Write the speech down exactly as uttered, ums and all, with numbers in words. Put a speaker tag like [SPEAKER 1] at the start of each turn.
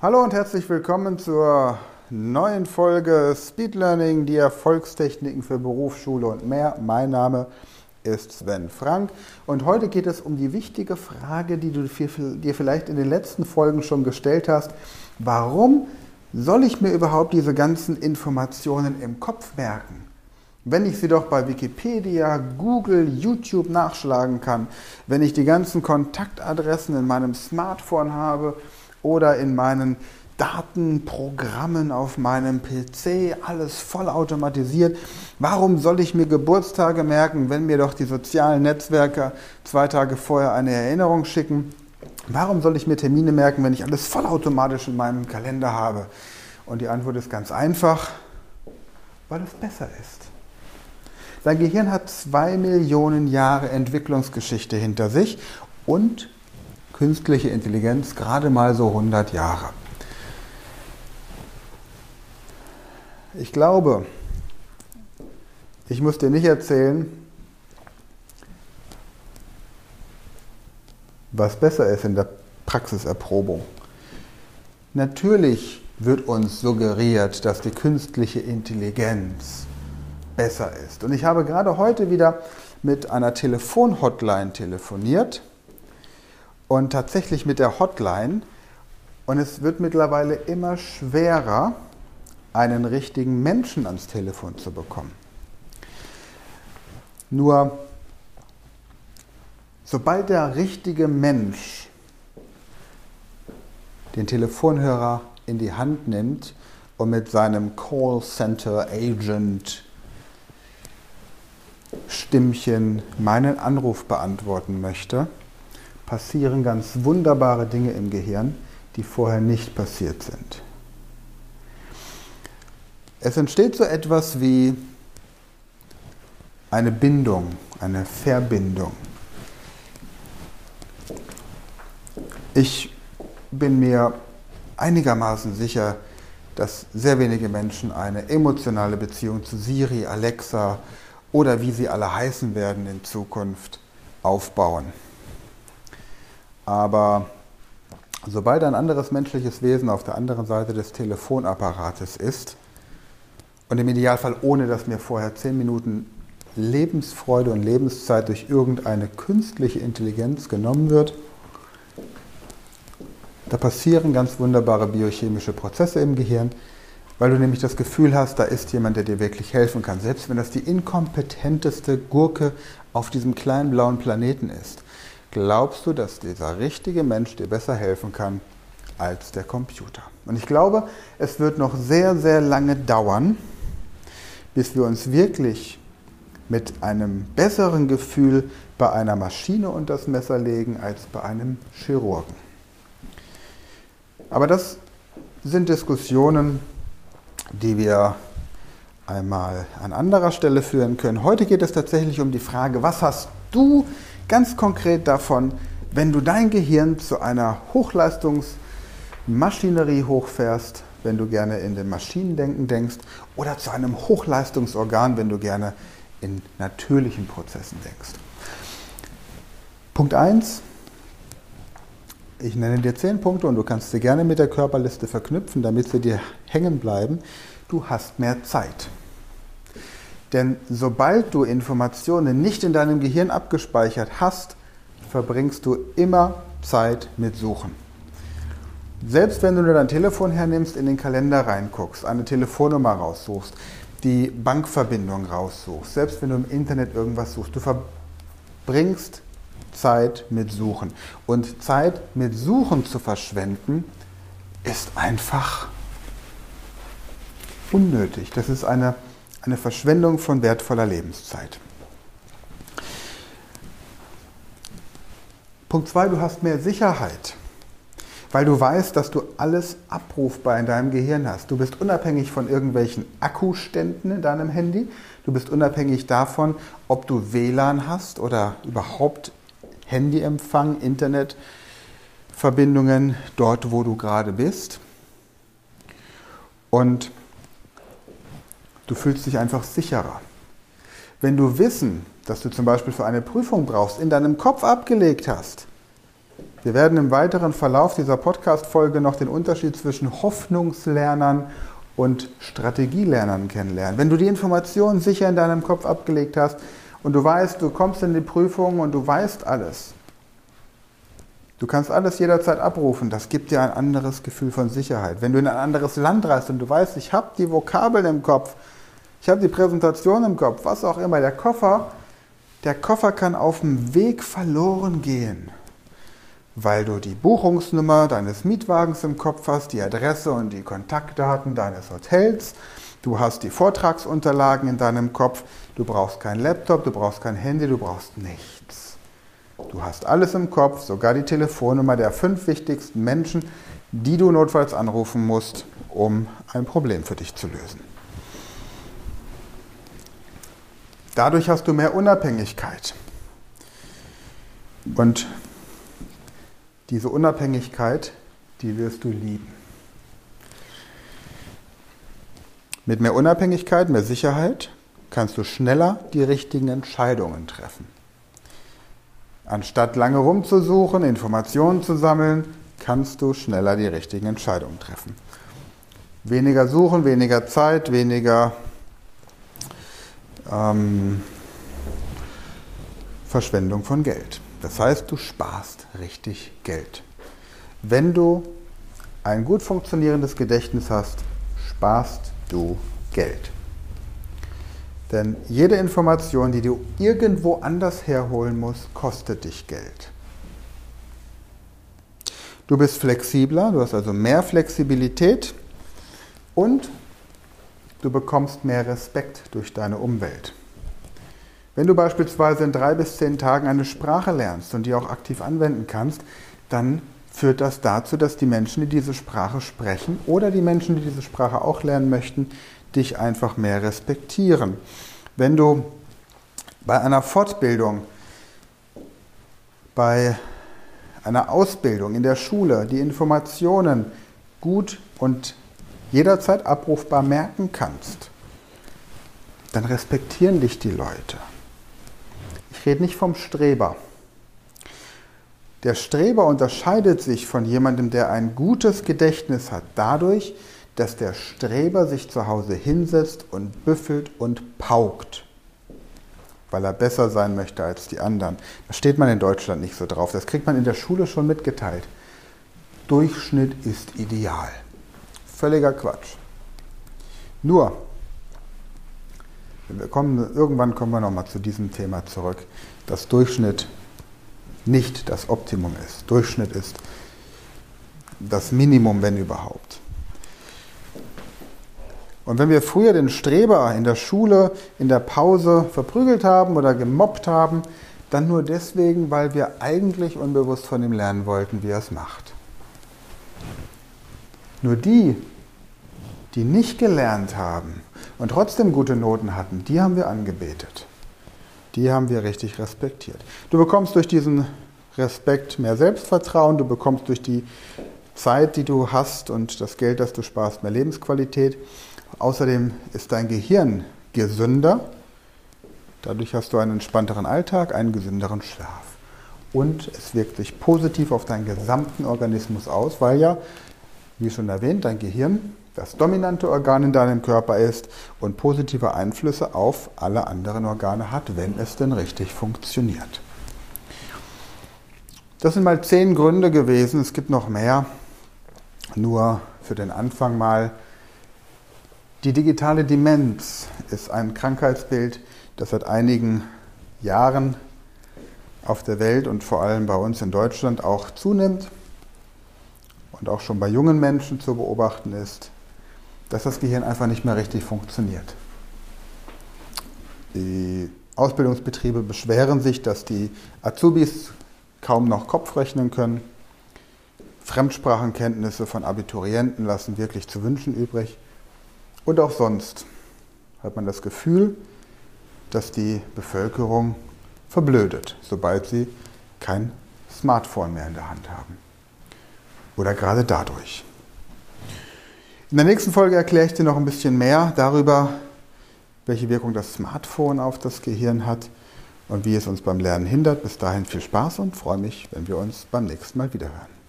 [SPEAKER 1] Hallo und herzlich willkommen zur neuen Folge Speed Learning, die Erfolgstechniken für Beruf, Schule und mehr. Mein Name ist Sven Frank und heute geht es um die wichtige Frage, die du dir vielleicht in den letzten Folgen schon gestellt hast. Warum soll ich mir überhaupt diese ganzen Informationen im Kopf merken? Wenn ich sie doch bei Wikipedia, Google, YouTube nachschlagen kann, wenn ich die ganzen Kontaktadressen in meinem Smartphone habe oder in meinen Datenprogrammen auf meinem P C, alles vollautomatisiert. Warum soll ich mir Geburtstage merken, wenn mir doch die sozialen Netzwerke zwei Tage vorher eine Erinnerung schicken? Warum soll ich mir Termine merken, wenn ich alles vollautomatisch in meinem Kalender habe? Und die Antwort ist ganz einfach, weil es besser ist. Dein Gehirn hat zwei Millionen Jahre Entwicklungsgeschichte hinter sich und künstliche Intelligenz gerade mal so hundert Jahre. Ich glaube, ich muss dir nicht erzählen, was besser ist in der Praxiserprobung. Natürlich wird uns suggeriert, dass die künstliche Intelligenz besser ist. Und ich habe gerade heute wieder mit einer Telefon-Hotline telefoniert und tatsächlich mit der Hotline. Und es wird mittlerweile immer schwerer, einen richtigen Menschen ans Telefon zu bekommen. Nur, sobald der richtige Mensch den Telefonhörer in die Hand nimmt und mit seinem Callcenter-Agent Stimmchen meinen Anruf beantworten möchte, passieren ganz wunderbare Dinge im Gehirn, die vorher nicht passiert sind. Es entsteht so etwas wie eine Bindung, eine Verbindung. Ich bin mir einigermaßen sicher, dass sehr wenige Menschen eine emotionale Beziehung zu Siri, Alexa oder wie sie alle heißen werden in Zukunft aufbauen. Aber sobald ein anderes menschliches Wesen auf der anderen Seite des Telefonapparates ist, und im Idealfall ohne, dass mir vorher zehn Minuten Lebensfreude und Lebenszeit durch irgendeine künstliche Intelligenz genommen wird, da passieren ganz wunderbare biochemische Prozesse im Gehirn, weil du nämlich das Gefühl hast, da ist jemand, der dir wirklich helfen kann, selbst wenn das die inkompetenteste Gurke auf diesem kleinen blauen Planeten ist. Glaubst du, dass dieser richtige Mensch dir besser helfen kann als der Computer? Und ich glaube, es wird noch sehr, sehr lange dauern, bis wir uns wirklich mit einem besseren Gefühl bei einer Maschine unter das Messer legen als bei einem Chirurgen. Aber das sind Diskussionen, die wir einmal an anderer Stelle führen können. Heute geht es tatsächlich um die Frage, was hast du ganz konkret davon, wenn du dein Gehirn zu einer Hochleistungsmaschinerie hochfährst, wenn du gerne in den Maschinendenken denkst, oder zu einem Hochleistungsorgan, wenn du gerne in natürlichen Prozessen denkst. Punkt eins. Ich nenne dir zehn Punkte und du kannst sie gerne mit der Körperliste verknüpfen, damit sie dir hängen bleiben. Du hast mehr Zeit. Denn sobald du Informationen nicht in deinem Gehirn abgespeichert hast, verbringst du immer Zeit mit Suchen. Selbst wenn du nur dein Telefon hernimmst, in den Kalender reinguckst, eine Telefonnummer raussuchst, die Bankverbindung raussuchst, selbst wenn du im Internet irgendwas suchst, du verbringst Zeit mit Suchen. Und Zeit mit Suchen zu verschwenden, ist einfach unnötig. Das ist eine, eine Verschwendung von wertvoller Lebenszeit. Punkt zwei, du hast mehr Sicherheit, weil du weißt, dass du alles abrufbar in deinem Gehirn hast. Du bist unabhängig von irgendwelchen Akkuständen in deinem Handy. Du bist unabhängig davon, ob du W L A N hast oder überhaupt Handyempfang, Internetverbindungen dort, wo du gerade bist. Und du fühlst dich einfach sicherer. Wenn du Wissen, das du zum Beispiel für eine Prüfung brauchst, in deinem Kopf abgelegt hast, Wir werden im weiteren Verlauf dieser Podcast-Folge noch den Unterschied zwischen Hoffnungslernern und Strategielernern kennenlernen. Wenn du die Informationen sicher in deinem Kopf abgelegt hast und du weißt, du kommst in die Prüfung und du weißt alles, du kannst alles jederzeit abrufen, das gibt dir ein anderes Gefühl von Sicherheit. Wenn du in ein anderes Land reist und du weißt, ich habe die Vokabeln im Kopf, ich habe die Präsentation im Kopf, was auch immer, der Koffer, der Koffer kann auf dem Weg verloren gehen, weil du die Buchungsnummer deines Mietwagens im Kopf hast, die Adresse und die Kontaktdaten deines Hotels, du hast die Vortragsunterlagen in deinem Kopf, du brauchst keinen Laptop, du brauchst kein Handy, du brauchst nichts. Du hast alles im Kopf, sogar die Telefonnummer der fünf wichtigsten Menschen, die du notfalls anrufen musst, um ein Problem für dich zu lösen. Dadurch hast du mehr Unabhängigkeit. Und diese Unabhängigkeit, die wirst du lieben. Mit mehr Unabhängigkeit, mehr Sicherheit kannst du schneller die richtigen Entscheidungen treffen. Anstatt lange rumzusuchen, Informationen zu sammeln, kannst du schneller die richtigen Entscheidungen treffen. Weniger suchen, weniger Zeit, weniger ähm, Verschwendung von Geld. Das heißt, du sparst richtig Geld. Wenn du ein gut funktionierendes Gedächtnis hast, sparst du Geld. Denn jede Information, die du irgendwo anders herholen musst, kostet dich Geld. Du bist flexibler, du hast also mehr Flexibilität und du bekommst mehr Respekt durch deine Umwelt. Wenn du beispielsweise in drei bis zehn Tagen eine Sprache lernst und die auch aktiv anwenden kannst, dann führt das dazu, dass die Menschen, die diese Sprache sprechen oder die Menschen, die diese Sprache auch lernen möchten, dich einfach mehr respektieren. Wenn du bei einer Fortbildung, bei einer Ausbildung in der Schule die Informationen gut und jederzeit abrufbar merken kannst, dann respektieren dich die Leute. Ich rede nicht vom Streber. Der Streber unterscheidet sich von jemandem, der ein gutes Gedächtnis hat, dadurch, dass der Streber sich zu Hause hinsetzt und büffelt und paukt, weil er besser sein möchte als die anderen. Da steht man in Deutschland nicht so drauf. Das kriegt man in der Schule schon mitgeteilt. Durchschnitt ist ideal. Völliger Quatsch. Nur, wir kommen, irgendwann kommen wir nochmal zu diesem Thema zurück, dass Durchschnitt nicht das Optimum ist. Durchschnitt ist das Minimum, wenn überhaupt. Und wenn wir früher den Streber in der Schule, in der Pause verprügelt haben oder gemobbt haben, dann nur deswegen, weil wir eigentlich unbewusst von ihm lernen wollten, wie er es macht. Nur die, die nicht gelernt haben und trotzdem gute Noten hatten, die haben wir angebetet. Die haben wir richtig respektiert. Du bekommst durch diesen Respekt mehr Selbstvertrauen, du bekommst durch die Zeit, die du hast und das Geld, das du sparst, mehr Lebensqualität. Außerdem ist dein Gehirn gesünder. Dadurch hast du einen entspannteren Alltag, einen gesünderen Schlaf. Und es wirkt sich positiv auf deinen gesamten Organismus aus, weil ja, wie schon erwähnt, dein Gehirn das dominante Organ in deinem Körper ist und positive Einflüsse auf alle anderen Organe hat, wenn es denn richtig funktioniert. Das sind mal zehn Gründe gewesen, es gibt noch mehr, nur für den Anfang mal. Die digitale Demenz ist ein Krankheitsbild, das seit einigen Jahren auf der Welt und vor allem bei uns in Deutschland auch zunimmt und auch schon bei jungen Menschen zu beobachten ist, dass das Gehirn einfach nicht mehr richtig funktioniert. Die Ausbildungsbetriebe beschweren sich, dass die Azubis kaum noch Kopf rechnen können. Fremdsprachenkenntnisse von Abiturienten lassen wirklich zu wünschen übrig. Und auch sonst hat man das Gefühl, dass die Bevölkerung verblödet, sobald sie kein Smartphone mehr in der Hand haben. Oder gerade dadurch. In der nächsten Folge erkläre ich dir noch ein bisschen mehr darüber, welche Wirkung das Smartphone auf das Gehirn hat und wie es uns beim Lernen hindert. Bis dahin viel Spaß und freue mich, wenn wir uns beim nächsten Mal wiederhören.